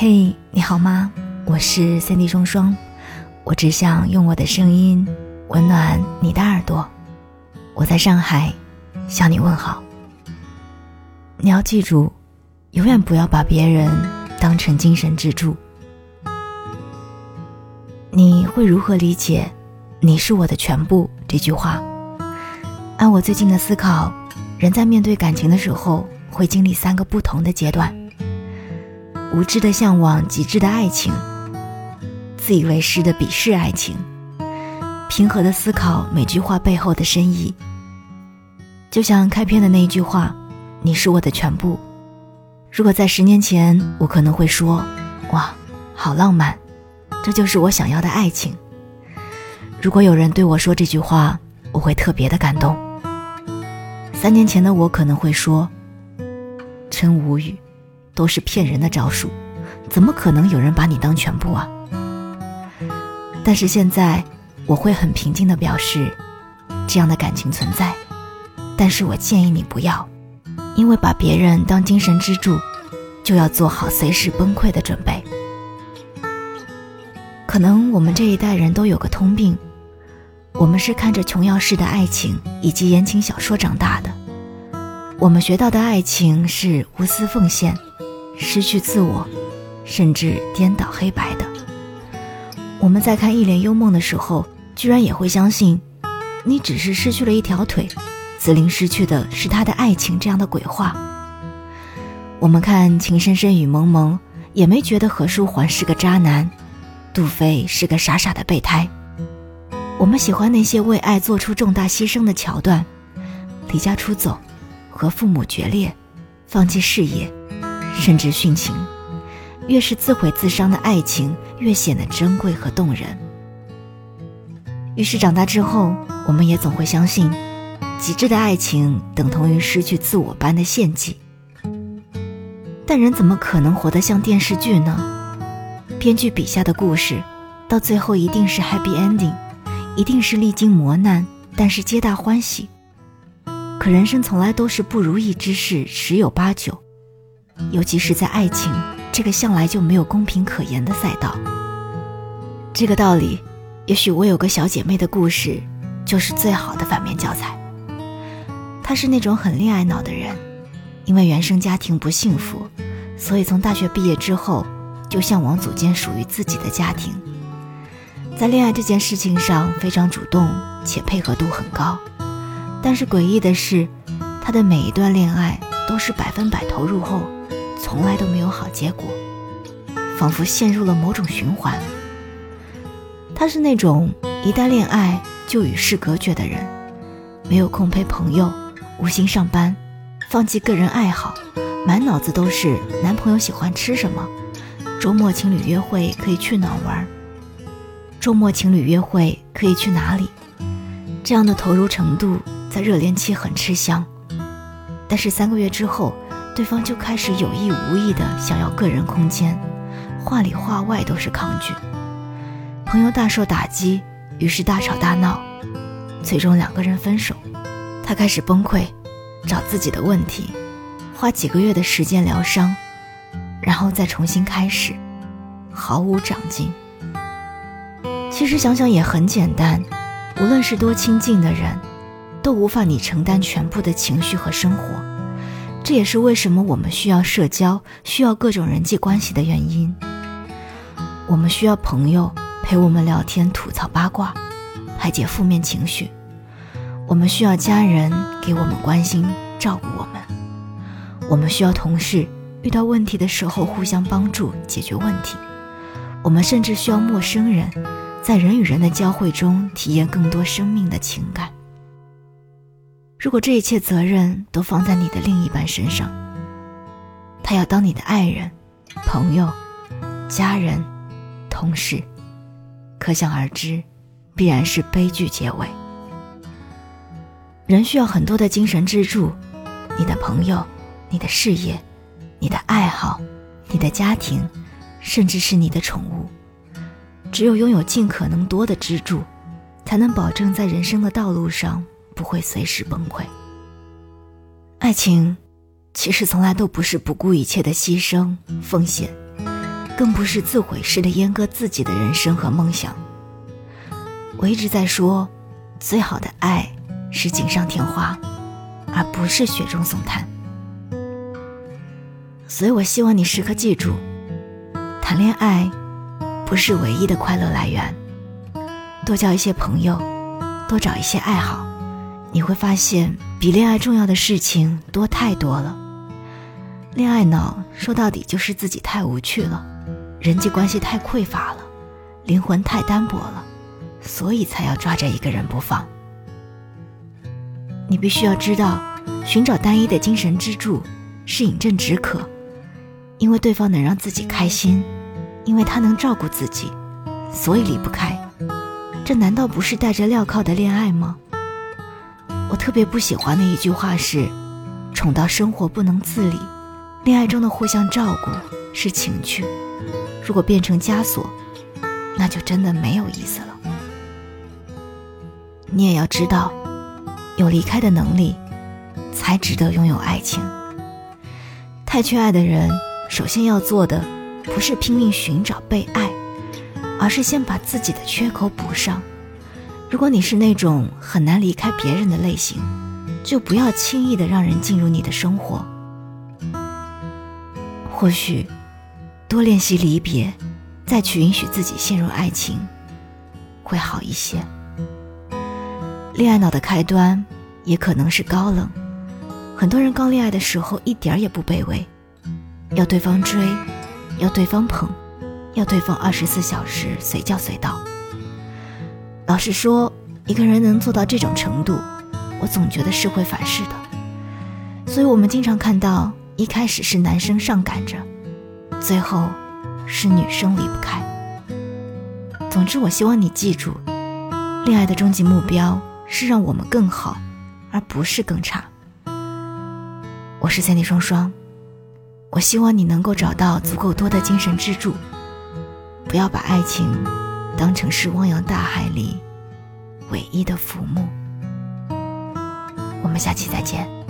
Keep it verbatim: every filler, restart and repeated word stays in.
嘿，你好吗？我是三 D 双双，我只想用我的声音温暖你的耳朵。我在上海向你问好。你要记住，永远不要把别人当成精神支柱。你会如何理解你是我的全部这句话？按我最近的思考，人在面对感情的时候会经历三个不同的阶段：无知的向往极致的爱情，自以为是的鄙视爱情，平和的思考每句话背后的深意。就像开篇的那一句话，你是我的全部。如果在十年前，我可能会说，哇，好浪漫，这就是我想要的爱情。如果有人对我说这句话，我会特别的感动。三年前的我可能会说，真无语，都是骗人的招数，怎么可能有人把你当全部啊？但是现在我会很平静地表示，这样的感情存在，但是我建议你不要，因为把别人当精神支柱，就要做好随时崩溃的准备。可能我们这一代人都有个通病，我们是看着琼瑶式的爱情以及言情小说长大的，我们学到的爱情是无私奉献，失去自我，甚至颠倒黑白的。我们在看一帘幽梦的时候，居然也会相信你只是失去了一条腿，子菱失去的是他的爱情这样的鬼话。我们看情深深雨蒙蒙，也没觉得何书桓是个渣男，杜飞是个傻傻的备胎。我们喜欢那些为爱做出重大牺牲的桥段，离家出走，和父母决裂，放弃事业，甚至殉情。越是自毁自伤的爱情，越显得珍贵和动人。于是长大之后，我们也总会相信，极致的爱情等同于失去自我般的献祭。但人怎么可能活得像电视剧呢？编剧笔下的故事，到最后一定是 happy ending， 一定是历经磨难，但是皆大欢喜。可人生从来都是不如意之事十有八九，尤其是在爱情这个向来就没有公平可言的赛道。这个道理，也许我有个小姐妹的故事就是最好的反面教材。她是那种很恋爱脑的人，因为原生家庭不幸福，所以从大学毕业之后就向往组建属于自己的家庭。在恋爱这件事情上非常主动，且配合度很高。但是诡异的是，她的每一段恋爱都是百分百投入后，从来都没有好结果，仿佛陷入了某种循环。她是那种一旦恋爱就与世隔绝的人，没有空陪朋友，无心上班，放弃个人爱好，满脑子都是男朋友喜欢吃什么，周末情侣约会可以去哪玩，周末情侣约会可以去哪里。这样的投入程度在热恋期很吃香，但是三个月之后，对方就开始有意无意的想要个人空间，话里话外都是抗拒。朋友大受打击，于是大吵大闹，最终两个人分手。他开始崩溃，找自己的问题，花几个月的时间疗伤，然后再重新开始，毫无长进。其实想想也很简单，无论是多亲近的人，都无法你承担全部的情绪和生活。这也是为什么我们需要社交，需要各种人际关系的原因。我们需要朋友陪我们聊天吐槽八卦，排解负面情绪。我们需要家人给我们关心照顾我们。我们需要同事遇到问题的时候互相帮助解决问题。我们甚至需要陌生人，在人与人的交汇中体验更多生命的情感。如果这一切责任都放在你的另一半身上，他要当你的爱人、朋友、家人、同事，可想而知，必然是悲剧结尾。人需要很多的精神支柱，你的朋友，你的事业，你的爱好，你的家庭，甚至是你的宠物。只有拥有尽可能多的支柱，才能保证在人生的道路上不会随时崩溃。爱情其实从来都不是不顾一切的牺牲奉献， 更不是自毁式的阉割自己的人生和梦想。我一直在说，最好的爱是锦上添花，而不是雪中送炭。所以我希望你时刻记住，谈恋爱不是唯一的快乐来源，多交一些朋友，多找一些爱好，你会发现比恋爱重要的事情多太多了。恋爱脑说到底就是自己太无趣了，人际关系太匮乏了，灵魂太单薄了，所以才要抓着一个人不放。你必须要知道，寻找单一的精神支柱是饮鸩止渴，因为对方能让自己开心，因为他能照顾自己，所以离不开。这难道不是带着镣铐的恋爱吗？我特别不喜欢的一句话是，宠到生活不能自理。恋爱中的互相照顾是情趣，如果变成枷锁，那就真的没有意思了。你也要知道，有离开的能力，才值得拥有爱情。太缺爱的人，首先要做的不是拼命寻找被爱，而是先把自己的缺口补上。如果你是那种很难离开别人的类型，就不要轻易的让人进入你的生活。或许多练习离别，再去允许自己陷入爱情，会好一些。恋爱脑的开端也可能是高冷，很多人刚恋爱的时候一点也不卑微，要对方追，要对方捧，要对方二十四小时随叫随到。老实说，一个人能做到这种程度，我总觉得是会反噬的。所以我们经常看到，一开始是男生上赶着，最后是女生离不开。总之，我希望你记住，恋爱的终极目标是让我们更好，而不是更差。我是三 D 双双，我希望你能够找到足够多的精神支柱，不要把爱情当成是汪洋大海里唯一的浮木。我们下期再见。